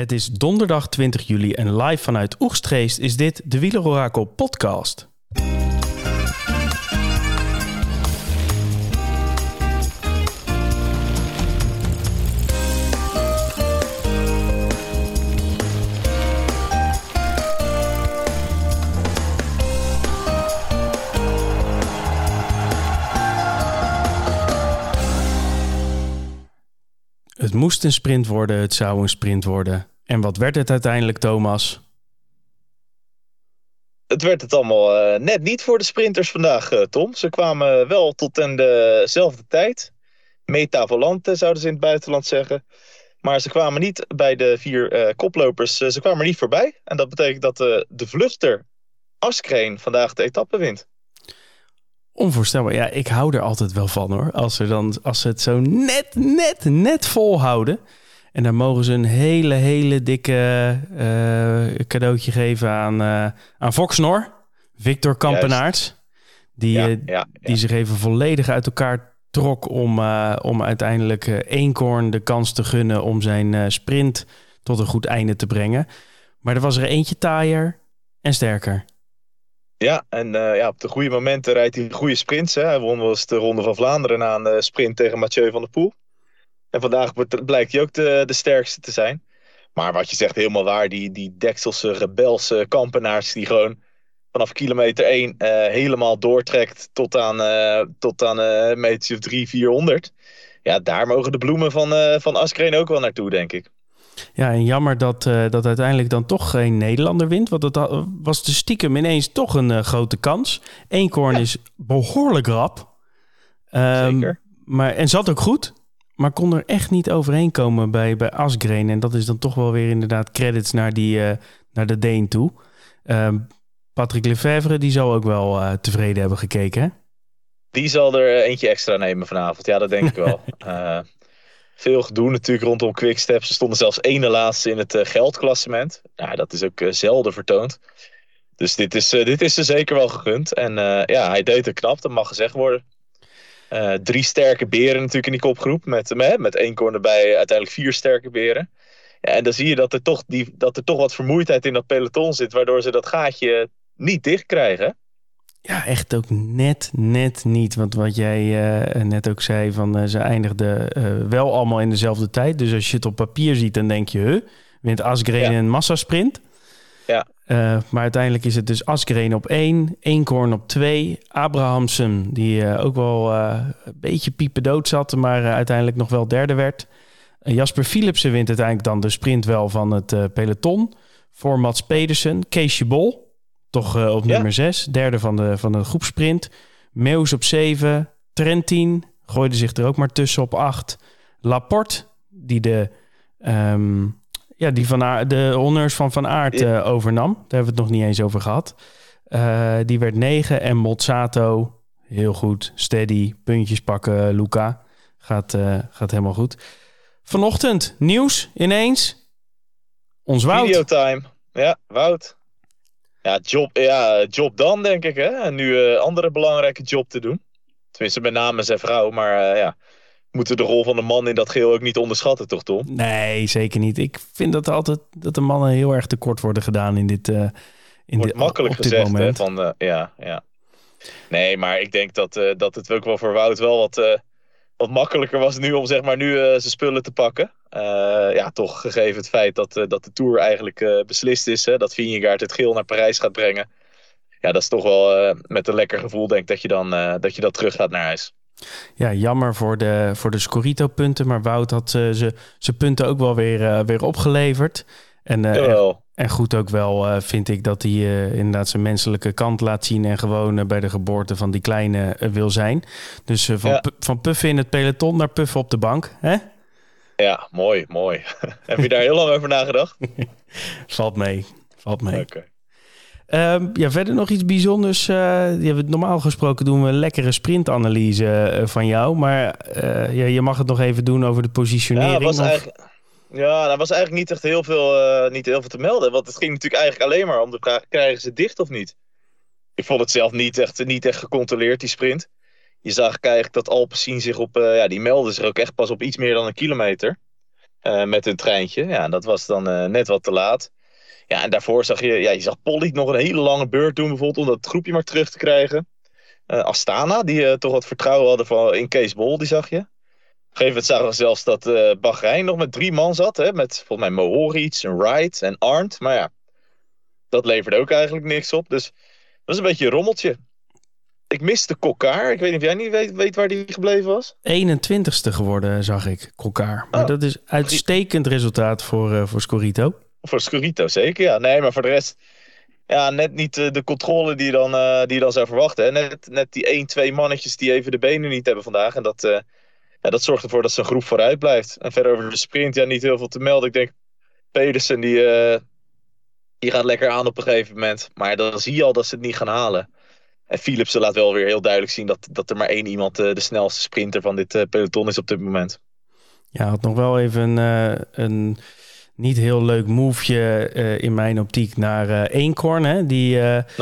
Het is donderdag 20 juli en live vanuit Oegstgeest is dit de Wielerorakel podcast. Het moest een sprint worden, het zou een sprint worden. En wat werd het uiteindelijk, Thomas? Het werd het allemaal net niet voor de sprinters vandaag, Tom. Ze kwamen wel tot in dezelfde tijd. Meta volante, zouden ze in het buitenland zeggen. Maar ze kwamen niet bij de 4 koplopers. Ze kwamen er niet voorbij. En dat betekent dat de vluchter Askreen vandaag de etappe wint. Onvoorstelbaar. Ja, ik hou er altijd wel van hoor. Als ze het zo net volhouden. En dan mogen ze een hele dikke cadeautje geven aan Voxnor. Victor Kampenaerts. Die zich even volledig uit elkaar trok om uiteindelijk Eenkhoorn de kans te gunnen om zijn sprint tot een goed einde te brengen. Maar er was er eentje taaier en sterker. Ja, en op de goede momenten rijdt hij goede sprints. Hè. Hij won wel eens de Ronde van Vlaanderen na een sprint tegen Mathieu van der Poel. En vandaag blijkt hij ook de sterkste te zijn. Maar wat je zegt, helemaal waar. Die Dekselse, rebelse Kampenaerts die gewoon vanaf kilometer 1 helemaal doortrekt tot aan een metertje of 300-400. Ja, daar mogen de bloemen van Askreen ook wel naartoe, denk ik. Ja, en jammer dat uiteindelijk dan toch geen Nederlander wint. Want het was de stiekem ineens toch een grote kans. Eenkhoorn is behoorlijk rap. Zeker. En zat ook goed. Maar kon er echt niet overheen komen bij Asgreen. En dat is dan toch wel weer inderdaad credits naar de Deen toe. Patrick Lefevre, die zal ook wel tevreden hebben gekeken, hè? Die zal er eentje extra nemen vanavond. Ja, dat denk ik wel. Veel gedoe natuurlijk rondom Quickstep. Ze stonden zelfs ene laatste in het geldklassement. Nou, dat is ook zelden vertoond. Dus dit is ze zeker wel gegund. En hij deed het knap, dat mag gezegd worden. 3 sterke beren natuurlijk in die kopgroep. Met Eenkhoorn erbij uiteindelijk 4 sterke beren. Ja, en dan zie je dat er toch wat vermoeidheid in dat peloton zit. Waardoor ze dat gaatje niet dicht krijgen. Ja, echt ook net niet. Want wat jij net ook zei, van ze eindigden wel allemaal in dezelfde tijd. Dus als je het op papier ziet, dan denk je, wint Asgreen een massasprint. Ja. Maar uiteindelijk is het dus Asgreen op 1, Eenkhoorn op 2, Abrahamsen, die ook wel een beetje piependood zat, maar uiteindelijk nog wel derde werd. Jasper Philipsen wint uiteindelijk dan de sprint wel van het peloton. Voor Mats Pedersen, Keesje Bol. Toch op nummer 6, derde van de groepsprint. Meeuws op 7, Trentin gooide zich er ook maar tussen op 8. Laporte, die de honneurs van Van Aert overnam. Daar hebben we het nog niet eens over gehad. Die werd 9 en Mozzato, heel goed, steady, puntjes pakken, Luca. Gaat helemaal goed. Vanochtend, nieuws ineens. Ons Wout. Videotime. Ja, Wout. Ja, job dan, denk ik. Hè? En nu een andere belangrijke job te doen. Tenminste, met name zijn vrouw. Maar moeten de rol van de man in dat geheel ook niet onderschatten, toch, Tom? Nee, zeker niet. Ik vind dat de mannen heel erg tekort worden gedaan in dit wordt makkelijk gezegd, moment. Hè? Nee, maar ik denk dat het ook wel voor Wout wel wat makkelijker was nu om zeg maar zijn spullen te pakken. Toch gegeven het feit dat de Tour eigenlijk beslist is. Hè, dat Vingegaard het geel naar Parijs gaat brengen. Ja, dat is toch wel met een lekker gevoel denk dat je dat terug gaat naar huis. Ja, jammer voor de Scorito-punten. Maar Wout had zijn punten ook wel weer opgeleverd. En goed ook wel vind ik dat hij inderdaad zijn menselijke kant laat zien. En gewoon bij de geboorte van die kleine wil zijn. Dus van puffen in het peloton naar puffen op de bank. Hè? Ja, mooi. Heb je daar heel lang over nagedacht? Valt mee. Okay. Verder nog iets bijzonders. Normaal gesproken doen we een lekkere sprintanalyse van jou. Maar je mag het nog even doen over de positionering. Daar was eigenlijk niet echt heel veel te melden. Want het ging natuurlijk eigenlijk alleen maar om de vraag, krijgen ze dicht of niet? Ik vond het zelf niet echt gecontroleerd, die sprint. Je zag eigenlijk dat Alpecin zich die melden zich ook echt pas op iets meer dan een kilometer. met hun treintje. Ja, dat was dan net wat te laat. Ja, en daarvoor zag je zag Pollitt nog een hele lange beurt doen bijvoorbeeld om dat groepje maar terug te krijgen. Astana, die toch wat vertrouwen hadden in Kees Bol, die zag je. Op een gegeven moment zagen we zelfs dat Bahrein nog met 3 man zat. Hè, met volgens mij Mohoric en Wright en Arndt. Maar ja, dat leverde ook eigenlijk niks op. Dus dat was een beetje een rommeltje. Ik miste Kokkaar. Ik weet niet of jij niet weet waar die gebleven was. 21ste geworden, zag ik, Kokkaar. Maar dat is uitstekend resultaat voor Scorito. Voor Scorito, zeker. Ja, nee, maar voor de rest... Ja, net niet de controle die je dan zou verwachten. Hè. Net die 1, 2 mannetjes die even de benen niet hebben vandaag. En dat zorgt ervoor dat zo'n groep vooruit blijft. En verder over de sprint, niet heel veel te melden. Ik denk, Pedersen die gaat lekker aan op een gegeven moment. Maar dan zie je al dat ze het niet gaan halen. En Philipsen laat wel weer heel duidelijk zien dat er maar 1 iemand de snelste sprinter van dit peloton is op dit moment. Ja, had nog wel even een niet heel leuk moveje in mijn optiek naar Eenkorn. Hè? Die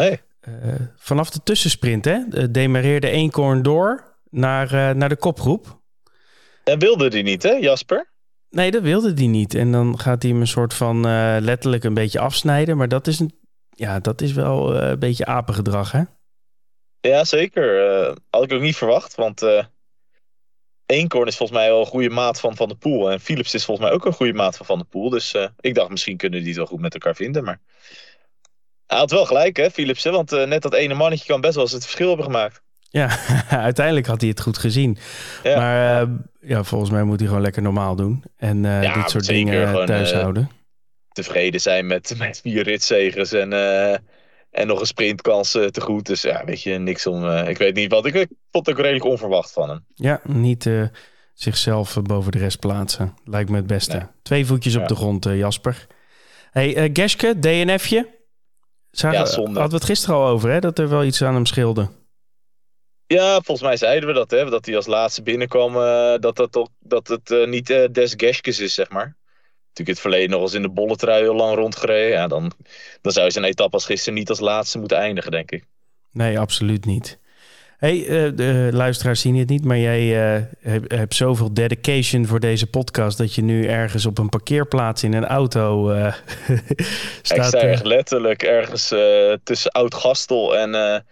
vanaf de tussensprint demareerde Eenkorn door naar de kopgroep. En wilde die niet, hè, Jasper? Nee, dat wilde hij niet. En dan gaat hij hem een soort van letterlijk een beetje afsnijden. Maar dat is wel een beetje apengedrag, hè? Ja, zeker. Had ik ook niet verwacht, want Eenkorn is volgens mij wel een goede maat van Van der Poel. En Philips is volgens mij ook een goede maat van Van der Poel. Dus ik dacht, misschien kunnen die het wel goed met elkaar vinden. Maar hij had wel gelijk, hè, Philipsen. Want net dat ene mannetje kan best wel eens het verschil hebben gemaakt. Ja, uiteindelijk had hij het goed gezien. Ja. Maar volgens mij moet hij gewoon lekker normaal doen. En dit soort dingen thuis houden. Tevreden zijn met 4 ritzegers en nog een sprintkans te goed. Dus ja, weet je, niks om... ik weet niet wat. Ik vond het ook redelijk onverwacht van hem. Ja, niet zichzelf boven de rest plaatsen. Lijkt me het beste. Nee. 2 voetjes op de grond, Jasper. Hey, Geschke, DNF'je. Hadden we het gisteren al over, hè? Dat er wel iets aan hem scheelde. Ja, volgens mij zeiden we dat, hè? Dat hij als laatste binnenkwam. Dat het niet des Geschkes is, zeg maar. Natuurlijk in het verleden nog eens in de bolletrui heel lang rondgereden. Ja, dan zou je zijn etappe als gisteren niet als laatste moeten eindigen, denk ik. Nee, absoluut niet. Hey, de luisteraars zien het niet, maar jij hebt zoveel dedication voor deze podcast dat je nu ergens op een parkeerplaats in een auto staat. Ik sta echt letterlijk ergens tussen Oud-Gastel en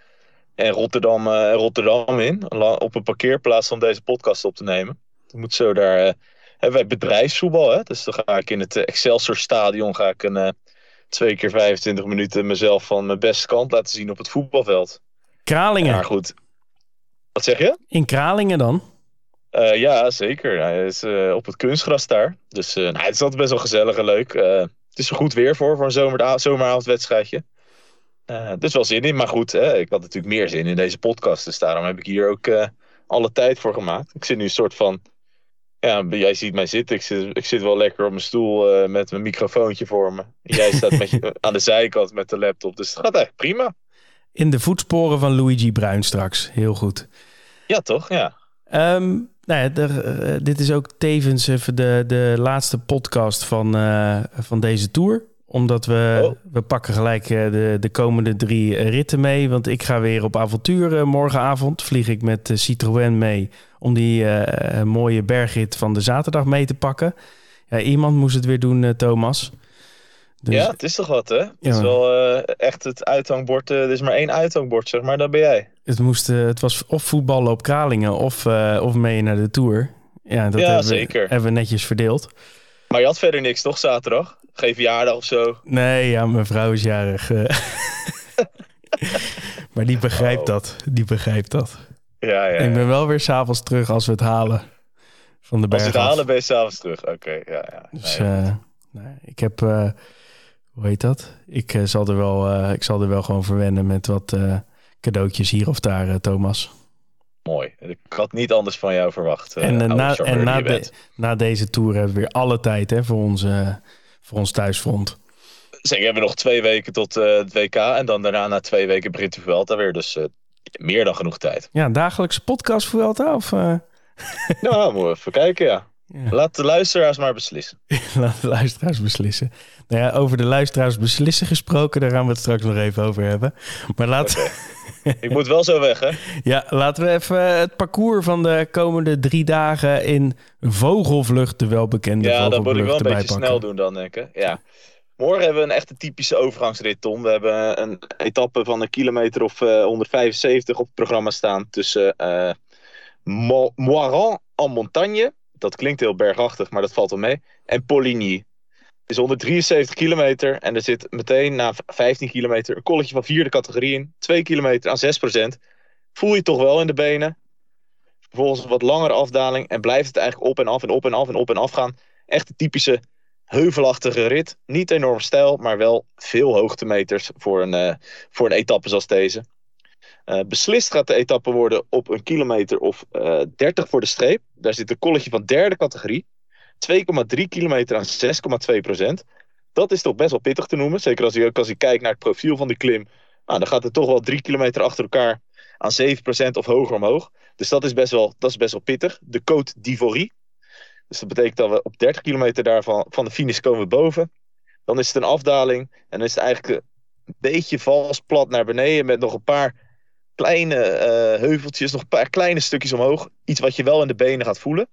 Rotterdam in. Op een parkeerplaats om deze podcast op te nemen. Ik moet zo daar... hebben wij bedrijfsvoetbal, hè? Dus dan ga ik in het Excelsior Stadion 2 keer 25 minuten mezelf van mijn beste kant laten zien op het voetbalveld. Kralingen. Maar goed. Wat zeg je? In Kralingen dan? Ja, zeker. Hij is op het kunstgras daar. Dus het is altijd best wel gezellig en leuk. Het is er goed weer voor een zomeravondwedstrijdje. Dus wel zin in. Maar goed, ik had natuurlijk meer zin in deze podcast. Dus daarom heb ik hier ook alle tijd voor gemaakt. Ik zit nu een soort van... Ja, jij ziet mij zitten. Ik zit wel lekker op mijn stoel met mijn microfoontje voor me. Jij staat aan de zijkant met de laptop. Dus het gaat eigenlijk prima. In de voetsporen van Luigi Bruin straks. Heel goed. Ja, toch? Ja. Dit is ook tevens even de laatste podcast van deze tour. Omdat we pakken gelijk de komende 3 ritten mee. Want ik ga weer op avontuur morgenavond. Vlieg ik met Citroën mee om die mooie bergrit van de zaterdag mee te pakken. Ja, iemand moest het weer doen, Thomas. Dus, ja, het is toch wat, hè? Het is wel echt het uithangbord. Er is maar 1 uithangbord, zeg maar. Dat ben jij. Het was of voetballen op Kralingen of mee naar de Tour. Ja, dat hebben we netjes verdeeld. Maar je had verder niks, toch, zaterdag? Geen verjaardag of zo? Nee, ja, mijn vrouw is jarig. Maar die begrijpt dat. Die begrijpt dat. Ja. Ik ben wel weer 's avonds terug als we het halen van de berg. Als we het halen ben je 's avonds terug. Oké, ja. Dus ik heb... hoe heet dat? Ik zal er wel gewoon verwennen met wat cadeautjes hier of daar, Thomas. Mooi. Ik had niet anders van jou verwacht. Na deze tour hebben we weer alle tijd voor ons thuisfront. Zeker, we hebben nog 2 weken tot het WK. En dan daarna na 2 weken begint de Vuelta weer. Dus meer dan genoeg tijd. Ja, dagelijkse podcast Vuelta? Of, Nou, moeten we even kijken, ja. Ja. Laat de luisteraars maar beslissen. Laat de luisteraars beslissen. Nou ja, over de luisteraars beslissen gesproken, daar gaan we het straks nog even over hebben. Maar Ik moet wel zo weg, hè? Ja, laten we even het parcours van de komende 3 dagen in vogelvlucht, de welbekende Ja, dat moet ik wel een beetje bijpakken. snel doen dan, denk ik. Ja. Morgen hebben we een echte typische overgangsrit, Tom. We hebben een etappe van 1 kilometer of 175 op het programma staan tussen Moiran en Montagne. Dat klinkt heel bergachtig, maar dat valt wel mee. En Poligny. Het is 173 kilometer en er zit meteen na 15 kilometer een kolletje van 4e categorie in. 2 kilometer aan 6%. Voel je toch wel in de benen. Vervolgens een wat langere afdaling en blijft het eigenlijk op en af en op en af en op en af gaan. Echt een typische heuvelachtige rit. Niet enorm steil, maar wel veel hoogtemeters voor een etappe zoals deze. Beslist gaat de etappe worden op 1 kilometer of 30 voor de streep. Daar zit een kolletje van 3e categorie. 2,3 kilometer aan 6,2%. Dat is toch best wel pittig te noemen. Zeker als je kijkt naar het profiel van die klim. Nou, dan gaat het toch wel 3 kilometer achter elkaar aan 7% of hoger omhoog. Dus dat is best wel pittig. De Côte d'Ivoire. Dus dat betekent dat we op 30 kilometer daarvan van de finish komen we boven. Dan is het een afdaling. En dan is het eigenlijk een beetje vals plat naar beneden. Met nog een paar kleine heuveltjes. Nog een paar kleine stukjes omhoog. Iets wat je wel in de benen gaat voelen.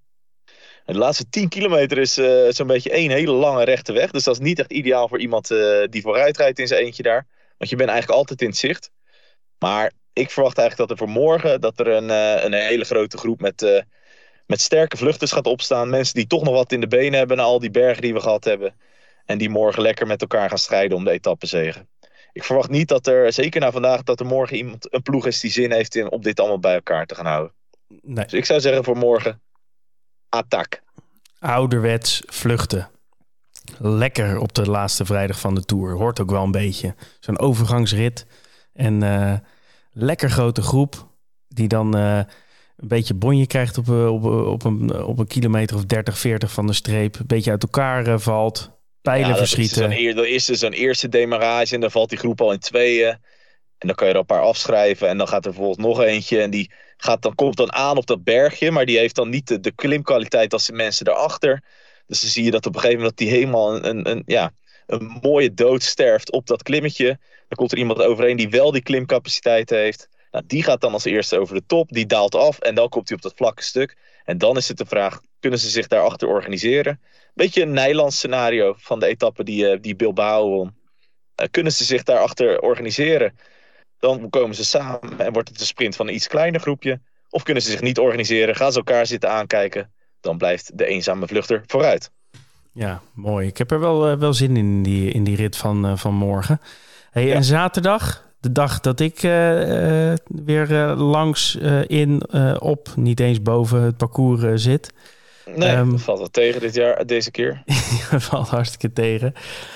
En de laatste 10 kilometer is zo'n beetje één hele lange rechte weg. Dus dat is niet echt ideaal voor iemand die vooruit rijdt in zijn eentje daar. Want je bent eigenlijk altijd in het zicht. Maar ik verwacht eigenlijk dat er voor morgen dat er een hele grote groep met sterke vluchters gaat opstaan. Mensen die toch nog wat in de benen hebben na al die bergen die we gehad hebben. En die morgen lekker met elkaar gaan strijden om de etappezege. Ik verwacht niet dat er, zeker na vandaag, dat er morgen een ploeg is die zin heeft om dit allemaal bij elkaar te gaan houden. Nee. Dus ik zou zeggen voor morgen, attack. Ouderwets vluchten. Lekker op de laatste vrijdag van de Tour. Hoort ook wel een beetje. Zo'n overgangsrit. En lekker grote groep. Die dan een beetje bonje krijgt op een kilometer of 30, 40 van de streep. Een beetje uit elkaar valt. Pijlen verschieten. Dat is dus zo'n eerste demarrage. En dan valt die groep al in tweeën. En dan kan je er een paar afschrijven. En dan gaat er vervolgens nog eentje. En die komt dan aan op dat bergje. Maar die heeft dan niet de klimkwaliteit als de mensen daarachter. Dus dan zie je dat op een gegeven moment die helemaal een mooie dood sterft op dat klimmetje. Dan komt er iemand overheen die wel die klimcapaciteit heeft. Nou, die gaat dan als eerste over de top. Die daalt af en dan komt hij op dat vlakke stuk. En dan is het de vraag, kunnen ze zich daarachter organiseren? Beetje een Nijlands scenario van de etappe die Bilbao won. Kunnen ze zich daarachter organiseren? Dan komen ze samen en wordt het een sprint van een iets kleiner groepje. Of kunnen ze zich niet organiseren, gaan ze elkaar zitten aankijken. Dan blijft de eenzame vluchter vooruit. Ja, mooi. Ik heb er wel zin in die rit van morgen. Hey, ja. En zaterdag, de dag dat ik weer langs op, niet eens boven het parcours zit. Nee, dat valt wel tegen deze keer. Valt hartstikke tegen.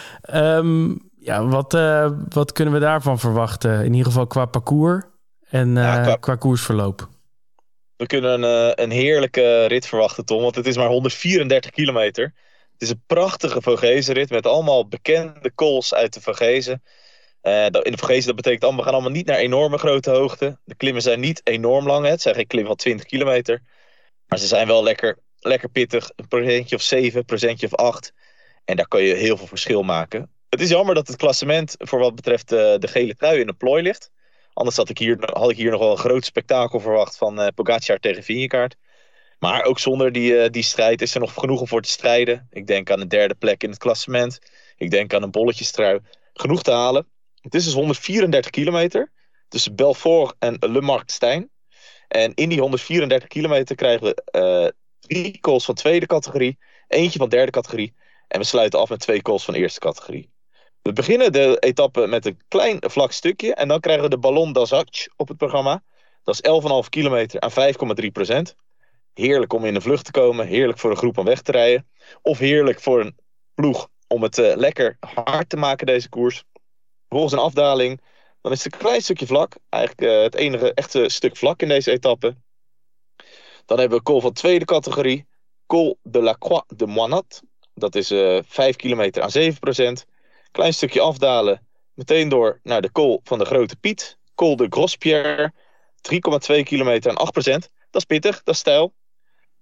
Ja, wat kunnen we daarvan verwachten? In ieder geval qua parcours en qua koersverloop. We kunnen een heerlijke rit verwachten, Tom. Want het is maar 134 kilometer. Het is een prachtige Vogezen-rit met allemaal bekende calls uit de Vogezen. In de Vogezen, dat betekent we gaan allemaal niet naar enorme grote hoogte. De klimmen zijn niet enorm lang. Het zijn geen klimmen van 20 kilometer. Maar ze zijn wel lekker pittig. Een procentje of 7, procentje of 8. En daar kan je heel veel verschil maken. Het is jammer dat het klassement voor wat betreft de gele trui in de plooi ligt. Anders had ik hier nog wel een groot spektakel verwacht van Pogacar tegen Vingegaard. Maar ook zonder die strijd is er nog genoeg om voor te strijden. Ik denk aan een 3e plek in het klassement. Ik denk aan een bolletjestrui. Genoeg te halen. Het is dus 134 kilometer tussen Belfort en Le Marquestein. En in die 134 kilometer krijgen we 3 calls van 2e categorie. Eentje van 3e categorie. En we sluiten af met 2 calls van 1e categorie. We beginnen de etappe met een klein vlak stukje. En dan krijgen we de Ballon d'Azac op het programma. Dat is 11,5 kilometer aan 5,3%. Heerlijk om in de vlucht te komen. Heerlijk voor een groep om weg te rijden. Of heerlijk voor een ploeg om het lekker hard te maken deze koers. Vervolgens een afdaling. Dan is het een klein stukje vlak. Eigenlijk het enige echte stuk vlak in deze etappe. Dan hebben we col van 2e categorie. Col de la Croix de Moinat. Dat is 5 kilometer aan 7%. Klein stukje afdalen. Meteen door naar de col van de Grote Piet. Col de Grospierre. 3,2 kilometer aan 8%. Dat is pittig, dat is stijl.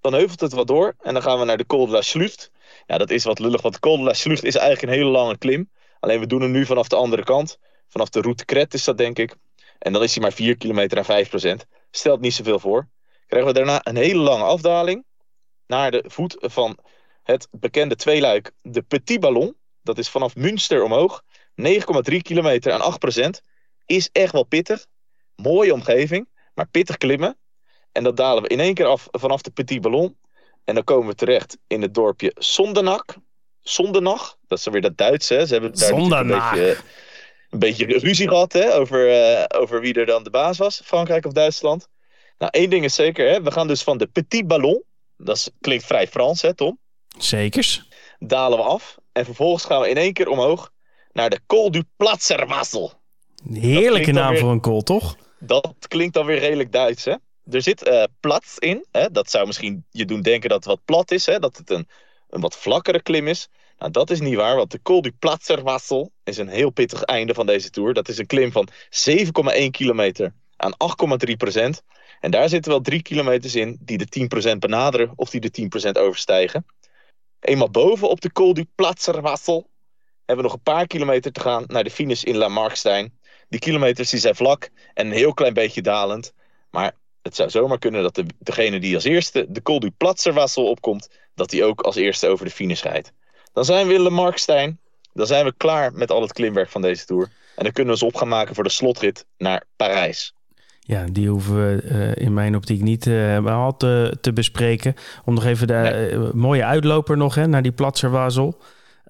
Dan heuvelt het wat door. En dan gaan we naar de Col de la Slucht. Ja, dat is wat lullig. Want de Col de la Slucht is eigenlijk een hele lange klim. Alleen we doen hem nu vanaf de andere kant. Vanaf de Route Crête is dat, denk ik. En dan is hij maar 4 kilometer en 5%. Stelt niet zoveel voor. Krijgen we daarna een hele lange afdaling. Naar de voet van het bekende tweeluik. De Petit Ballon. Dat is vanaf Münster omhoog. 9,3 kilometer en 8%. Is echt wel pittig. Mooie omgeving. Maar pittig klimmen. En dat dalen we in één keer af vanaf de Petit Ballon. En dan komen we terecht in het dorpje Sondenach. Dat is dan weer dat Duitse. Hè. Ze hebben daar een beetje ruzie gehad, hè, over wie er dan de baas was. Frankrijk of Duitsland. Nou, één ding is zeker. Hè. We gaan dus van de Petit Ballon. Klinkt vrij Frans, hè, Tom? Zekers. Dalen we af. En vervolgens gaan we in één keer omhoog naar de Col du Platzerwassel. Heerlijke naam voor een col, toch? Dat klinkt dan weer redelijk Duits, hè? Er zit plat in. Hè? Dat zou misschien je doen denken dat het wat plat is. Hè? Dat het een wat vlakkere klim is. Nou, dat is niet waar. Want de Col du Platzerwassel is een heel pittig einde van deze tour. Dat is een klim van 7,1 kilometer aan 8,3%. En daar zitten wel 3 kilometers in die de 10% benaderen. Of die de 10% overstijgen. Eenmaal boven op de Col du Platzerwassel hebben we nog een paar kilometer te gaan naar de finish in La Markstein. Die kilometers die zijn vlak en een heel klein beetje dalend. Maar het zou zomaar kunnen dat degene die als eerste de Col du Platzerwassel opkomt, dat die ook als eerste over de finish rijdt. Dan zijn we in La Markstein. Dan zijn we klaar met al het klimwerk van deze Tour. En dan kunnen we ons op gaan maken voor de slotrit naar Parijs. Ja, die hoeven we in mijn optiek niet al te bespreken. Om nog even de mooie uitloper nog naar die Platzerwassel.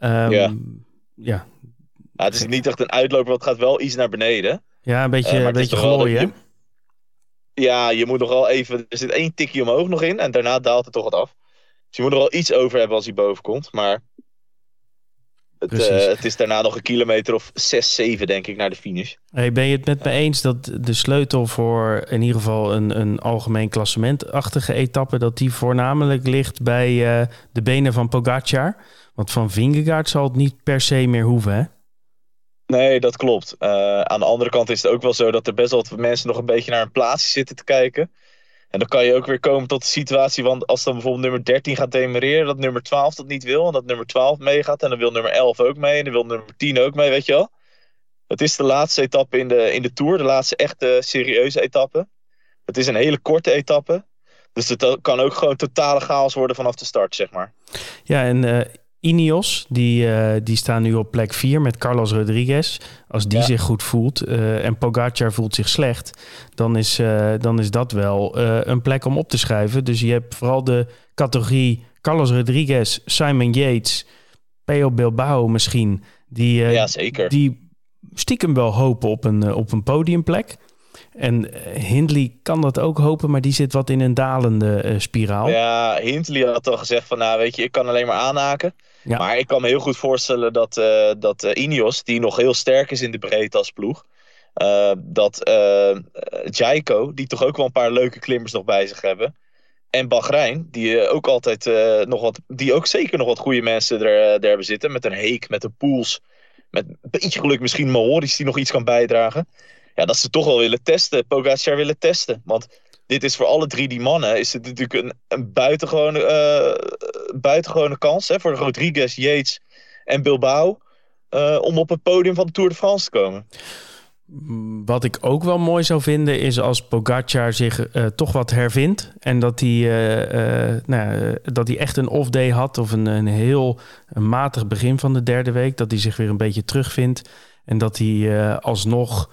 Ja. Het is niet echt een uitloper, want het gaat wel iets naar beneden. Ja, een beetje glooien. Ja, je moet nog wel even... Er zit 1 tikje omhoog nog in en daarna daalt het toch wat af. Dus je moet er wel iets over hebben als hij boven komt. Maar het is daarna nog een kilometer of 6, 7 denk ik naar de finish. Hey, ben je het met me eens dat de sleutel voor in ieder geval een algemeen klassementachtige etappe, dat die voornamelijk ligt bij de benen van Pogacar? Want van Vingegaard zal het niet per se meer hoeven, hè? Nee, dat klopt. Aan de andere kant is het ook wel zo dat er best wel wat mensen nog een beetje naar een plaatsje zitten te kijken. En dan kan je ook weer komen tot de situatie, want als dan bijvoorbeeld nummer 13 gaat demereren, dat nummer 12 dat niet wil. En dat nummer 12 meegaat en dan wil nummer 11 ook mee en dan wil nummer 10 ook mee, weet je wel. Het is de laatste etappe in de Tour, de laatste echte serieuze etappe. Het is een hele korte etappe. Dus het kan ook gewoon totale chaos worden vanaf de start, zeg maar. Ja, en Ineos, die staan nu op plek 4 met Carlos Rodriguez. Als die zich goed voelt en Pogacar voelt zich slecht, dan is dat wel een plek om op te schuiven. Dus je hebt vooral de categorie Carlos Rodriguez, Simon Yates, Pello Bilbao misschien. Zeker. Die stiekem wel hopen op een podiumplek. En Hindley kan dat ook hopen, maar die zit wat in een dalende spiraal. Ja, Hindley had al gezegd van, nou weet je, ik kan alleen maar aanhaken. Ja. Maar ik kan me heel goed voorstellen dat Ineos, die nog heel sterk is in de breedte als ploeg, dat Jayco, die toch ook wel een paar leuke klimmers nog bij zich hebben, en Bahrein, die ook altijd die ook zeker nog wat goede mensen er hebben zitten, met een Heek, met een Poels, met een beetje geluk misschien Mahoris die nog iets kan bijdragen. Ja, dat ze toch wel willen testen, Pogacar willen testen. Want dit is voor alle 3 die mannen is het natuurlijk een buitengewone kans, hè, voor Rodriguez, Yates en Bilbao om op het podium van de Tour de France te komen. Wat ik ook wel mooi zou vinden is als Pogacar zich toch wat hervindt. En dat hij echt een off-day had of een heel matig begin van de derde week. Dat hij zich weer een beetje terugvindt. En dat hij alsnog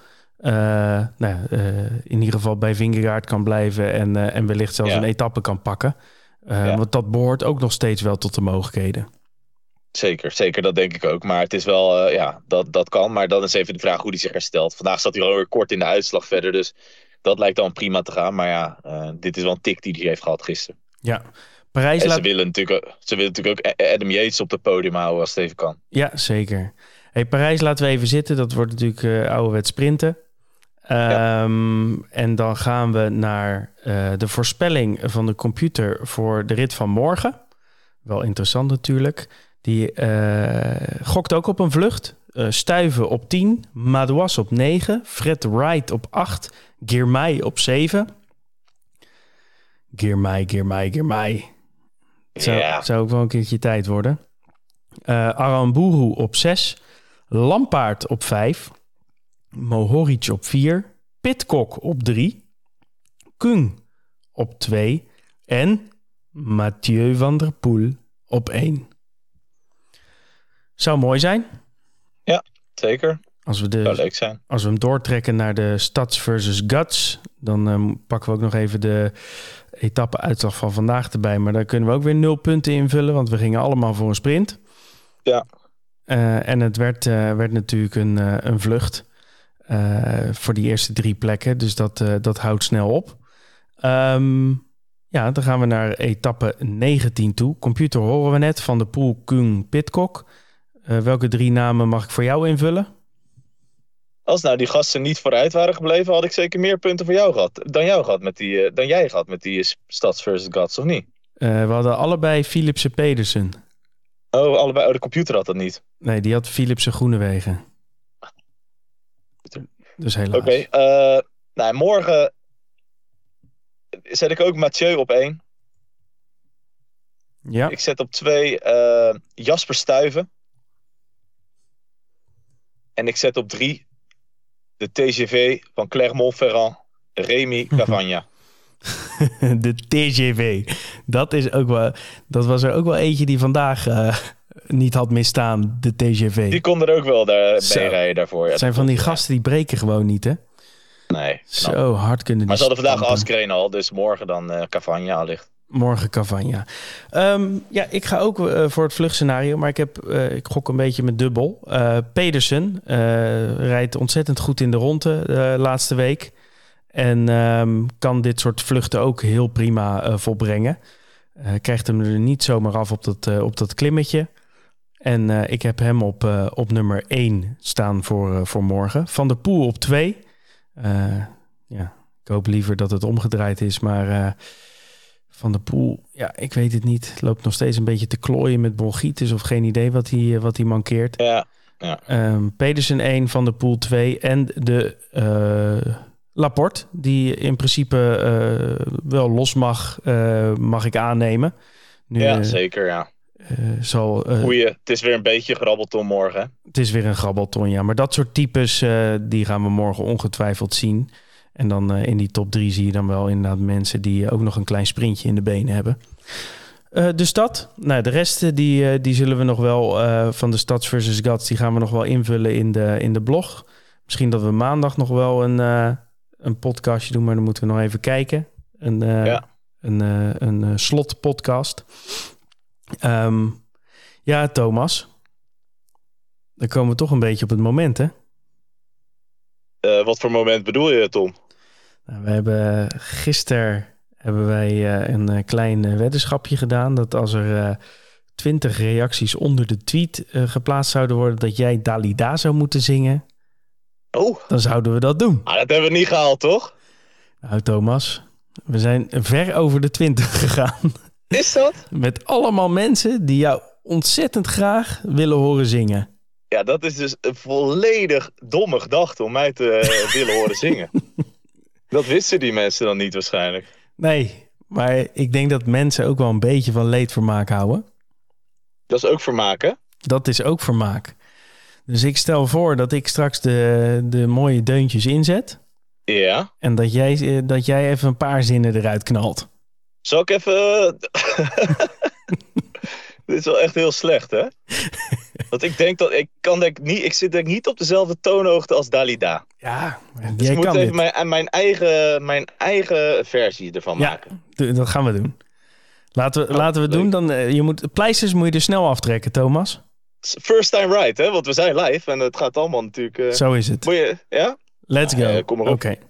in ieder geval bij Vingegaard kan blijven en wellicht zelfs een etappe kan pakken. Want dat behoort ook nog steeds wel tot de mogelijkheden. Zeker, dat denk ik ook. Maar het is wel, dat kan. Maar dan is even de vraag hoe hij zich herstelt. Vandaag zat hij al weer kort in de uitslag verder. Dus dat lijkt dan prima te gaan. Maar dit is wel een tik die hij heeft gehad gisteren. Ja, Parijs en ze willen natuurlijk ook Adam Yates op het podium houden als het even kan. Ja, zeker. Hey, Parijs laten we even zitten. Dat wordt natuurlijk ouderwets sprinten. En dan gaan we naar de voorspelling van de computer voor de rit van morgen. Wel interessant natuurlijk. Die gokt ook op een vlucht. Stuyven op 10, Madouas op 9, Fred Wright op 8, Girmay op 7. Girmay. Zou ook wel een keertje tijd worden. Aramburu op 6. Lampaard op 5. Mohoric op 4. Pidcock op 3. Kung op 2. En Mathieu van der Poel op 1. Zou mooi zijn. Ja, zeker. Zou leuk zijn. Als we hem doortrekken naar de Stads versus Guts, dan pakken we ook nog even de etappe-uitslag van vandaag erbij. Maar daar kunnen we ook weer 0 punten invullen, want we gingen allemaal voor een sprint. Ja. En het werd natuurlijk een vlucht voor die eerste 3 plekken. Dus dat houdt snel op. Dan gaan we naar etappe 19 toe. Computer horen we net. Van der Poel, Kung, Pidcock. Welke 3 namen mag ik voor jou invullen? Als nou die gasten niet vooruit waren gebleven, had ik zeker meer punten voor jou gehad. Dan jij gehad met die Stads versus Guts, of niet? We hadden allebei Philipsen Pedersen. Oh, allebei. Oh, de computer had dat niet. Nee, die had Philipsen Groenewegen. Dus helaas. Oké. Morgen zet ik ook Mathieu op 1. Ja. Ik zet op 2 Jasper Stuyven. En ik zet op 3 de TGV van Clermont-Ferrand, Remy Cavagna. De TGV. Dat was er ook wel eentje die vandaag niet had misstaan, de TGV. Die kon er ook wel bij rijden daarvoor. Ja, het zijn van die gasten die breken gewoon niet, hè? Nee. Zo hard kunnen die. Maar ze hadden vandaag Askreen al, dus morgen dan Cavagna ligt. Morgen Cavagna. Ik ga ook voor het vluchtscenario, maar ik gok een beetje met dubbel. Pedersen rijdt ontzettend goed in de ronde de laatste week. En kan dit soort vluchten ook heel prima volbrengen. Krijgt hem er niet zomaar af op dat klimmetje. En ik heb hem op nummer 1 staan voor morgen. Van der Poel op 2. Ik hoop liever dat het omgedraaid is, maar Van der Poel, ik weet het niet. Loopt nog steeds een beetje te klooien met bronchitis of geen idee wat hij mankeert. Ja. Pedersen 1, Van der Poel 2 en de Laporte, die in principe wel los mag ik aannemen. Nu, zeker, ja. Het is weer een beetje grabbelton morgen. Hè? Het is weer een grabbelton, ja. Maar dat soort types, die gaan we morgen ongetwijfeld zien. En dan in die top 3 zie je dan wel inderdaad mensen die ook nog een klein sprintje in de benen hebben. Dus dat. Nou, de rest die zullen we nog wel van de Stads versus Guts, die gaan we nog wel invullen in de blog. Misschien dat we maandag nog wel een podcastje doen, maar dan moeten we nog even kijken. Een slotpodcast. Thomas. Dan komen we toch een beetje op het moment, hè? Wat voor moment bedoel je, Tom? Nou, gisteren hebben wij een klein weddenschapje gedaan dat als er 20 reacties onder de tweet geplaatst zouden worden dat jij Dalida zou moeten zingen. Oh. Dan zouden we dat doen. Dat hebben we niet gehaald, toch? Nou, Thomas, we zijn ver over de 20 gegaan. Is dat? Met allemaal mensen die jou ontzettend graag willen horen zingen. Ja, dat is dus een volledig domme gedachte om mij te willen horen zingen. Dat wisten die mensen dan niet waarschijnlijk. Nee, maar ik denk dat mensen ook wel een beetje van leedvermaak houden. Dat is ook vermaak, hè? Dat is ook vermaak. Dus ik stel voor dat ik straks de mooie deuntjes inzet. Ja. En dat jij even een paar zinnen eruit knalt. Zal ik even... Dit is wel echt heel slecht, hè? Want ik denk dat ik zit denk niet op dezelfde toonhoogte als Dalida. Ja, dus jij ik moet kan even mijn eigen versie ervan maken. Dat gaan we doen. Laten we doen. Dan, pleisters moet je er snel aftrekken, Thomas. First time right, hè? Want we zijn live en het gaat allemaal natuurlijk... Zo is het. Ja? Let's go. Kom maar op. Oké.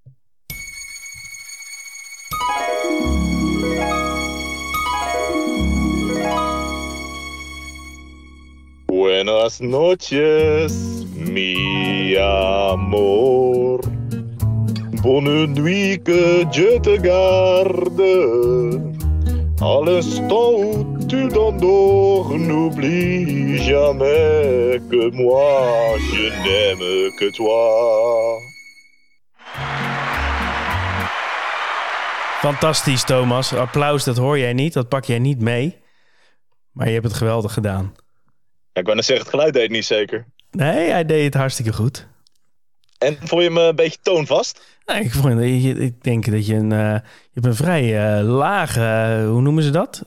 Buenas noches, mi amor. Bonne nuit, que Dieu te garde. À l'instant où tu t'endors, n'oublie jamais que moi, je n'aime que toi. Fantastisch, Thomas. Applaus, dat hoor jij niet. Dat pak jij niet mee. Maar je hebt het geweldig gedaan. Ja, ik wou net zeggen, het geluid deed het niet zeker. Nee, hij deed het hartstikke goed. En vond je me een beetje toonvast? Nee, ik denk dat je je hebt een vrij lage, hoe noemen ze dat?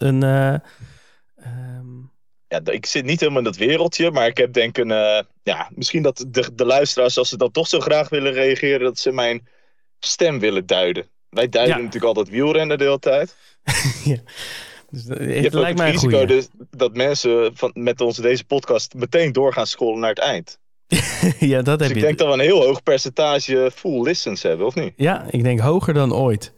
Ja, ik zit niet helemaal in dat wereldje, maar ik heb denk misschien dat de luisteraars, als ze dan toch zo graag willen reageren, dat ze mijn stem willen duiden. Wij duiden natuurlijk altijd wielrennen de hele tijd. Ja. Dus je hebt ook het risico dat mensen met deze podcast meteen doorgaan scrollen naar het eind. Ja, dat heb je. Ik denk dat we een heel hoog percentage full listens hebben, of niet? Ja, ik denk hoger dan ooit.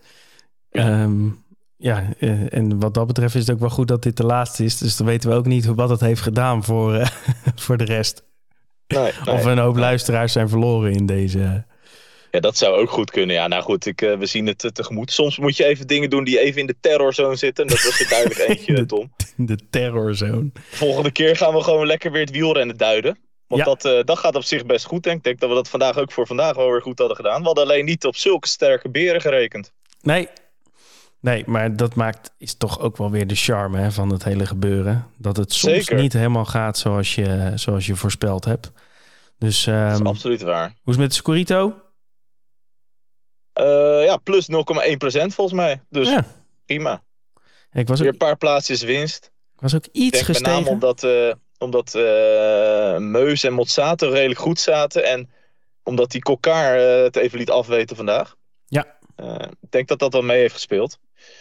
En wat dat betreft is het ook wel goed dat dit de laatste is. Dus dan weten we ook niet wat het heeft gedaan voor de rest. Nee. Of een hoop luisteraars zijn verloren in deze... Ja, dat zou ook goed kunnen. Ja, nou goed, we zien het tegemoet. Soms moet je even dingen doen die even in de terrorzone zitten. Dat was er duidelijk eentje, Tom. De terrorzone. Volgende keer gaan we gewoon lekker weer het wielrennen duiden. Want dat gaat op zich best goed, denk ik. Ik denk dat we dat vandaag ook voor vandaag wel weer goed hadden gedaan. We hadden alleen niet op zulke sterke beren gerekend. Nee, maar dat is toch ook wel weer de charme van het hele gebeuren. Dat het soms niet helemaal gaat zoals je voorspeld hebt. Dus, dat is absoluut waar. Hoe is het met de Scorito? Plus 0,1% volgens mij. Dus prima. Weer een paar plaatsjes winst. Ik was ook iets gestegen. Met name omdat Meus en Mozzato redelijk goed zaten. En omdat die Kokkaar het even liet afweten vandaag. Ja. Ik denk dat dat wel mee heeft gespeeld.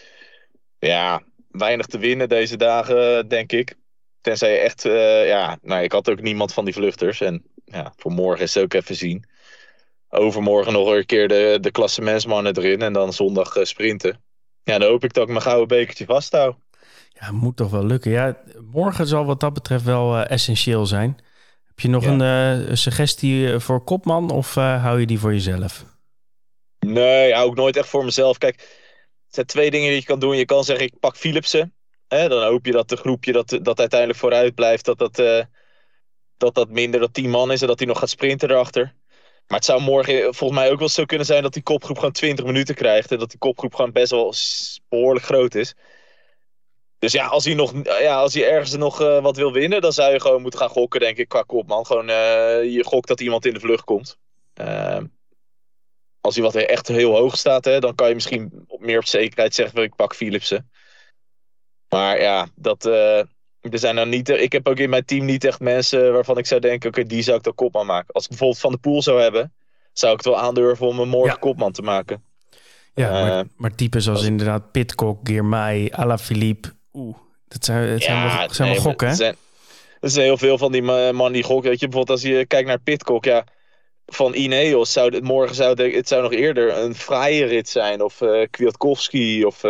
Ja, weinig te winnen deze dagen, denk ik. Tenzij je echt... ik had ook niemand van die vluchters. En voor morgen is het ook even zien. Overmorgen nog een keer de klassementsmannen erin. En dan zondag sprinten. Ja, dan hoop ik dat ik mijn gouden bekertje vasthoud. Ja, moet toch wel lukken. Ja, morgen zal wat dat betreft wel essentieel zijn. Heb je nog een suggestie voor kopman of hou je die voor jezelf? Nee, hou ik nooit echt voor mezelf. Kijk, er zijn twee dingen die je kan doen. Je kan zeggen, ik pak Philipsen. Dan hoop je dat de groepje dat uiteindelijk vooruit blijft. Dat minder dan 10 man is en dat hij nog gaat sprinten erachter. Maar het zou morgen volgens mij ook wel zo kunnen zijn dat die kopgroep gewoon 20 minuten krijgt. En dat die kopgroep gewoon best wel behoorlijk groot is. Dus ja, als hij ergens nog wat wil winnen, dan zou je gewoon moeten gaan gokken, denk ik, qua kopman. Gewoon je gokt dat iemand in de vlucht komt. Als hij wat echt heel hoog staat, dan kan je misschien meer op zekerheid zeggen, ik pak Philipsen. Maar ja, er zijn dan niet. Ik heb ook in mijn team niet echt mensen waarvan ik zou denken, oké, die zou ik dan kopman maken. Als ik bijvoorbeeld Van de Poel zou hebben, zou ik het wel aandurven om hem morgen kopman te maken. Ja, maar types als inderdaad Pidcock, Girmay, Alaphilippe, dat zijn wel gokken, hè? Er zijn heel veel van die mannen die gokken. Weet je, bijvoorbeeld als je kijkt naar Pidcock, van Ineos zou het zou nog eerder een fraaie rit zijn. Of Kwiatkowski. Of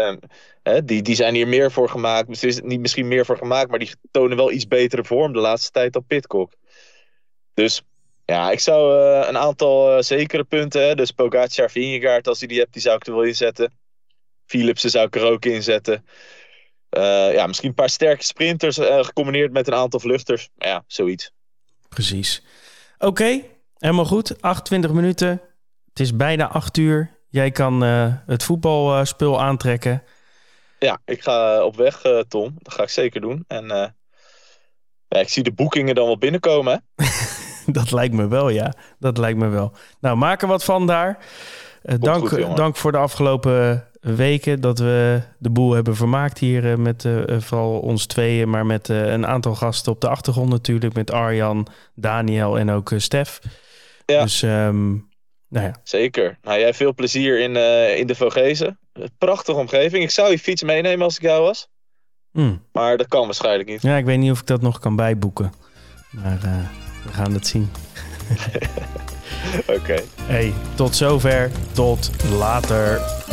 die zijn hier meer voor gemaakt. Dus er is niet misschien meer voor gemaakt, maar die tonen wel iets betere vorm de laatste tijd dan Pidcock. Dus ja, ik zou een aantal zekere punten. Dus Pogacar, Vingegaard, als hij die hebt, die zou ik er wel inzetten. Philipsen zou ik er ook inzetten. Misschien een paar sterke sprinters gecombineerd met een aantal vluchters. Ja, zoiets. Precies. Oké, helemaal goed. 28 minuten. Het is bijna 8 uur. Jij kan het voetbalspul aantrekken. Ja, ik ga op weg, Tom. Dat ga ik zeker doen. En ik zie de boekingen dan wel binnenkomen, hè? Dat lijkt me wel, ja. Dat lijkt me wel. Nou, maak er wat van daar. Dank voor de afgelopen weken dat we de boel hebben vermaakt hier met vooral ons tweeën, maar met een aantal gasten op de achtergrond natuurlijk, met Arjan, Daniel en ook Stef. Ja. Dus, Zeker. Nou, jij veel plezier in de Vogezen. Prachtige omgeving. Ik zou je fiets meenemen als ik jou was. Maar dat kan waarschijnlijk niet. Ja, ik weet niet of ik dat nog kan bijboeken. Maar we gaan het zien. Oké. Hey, tot zover. Tot later.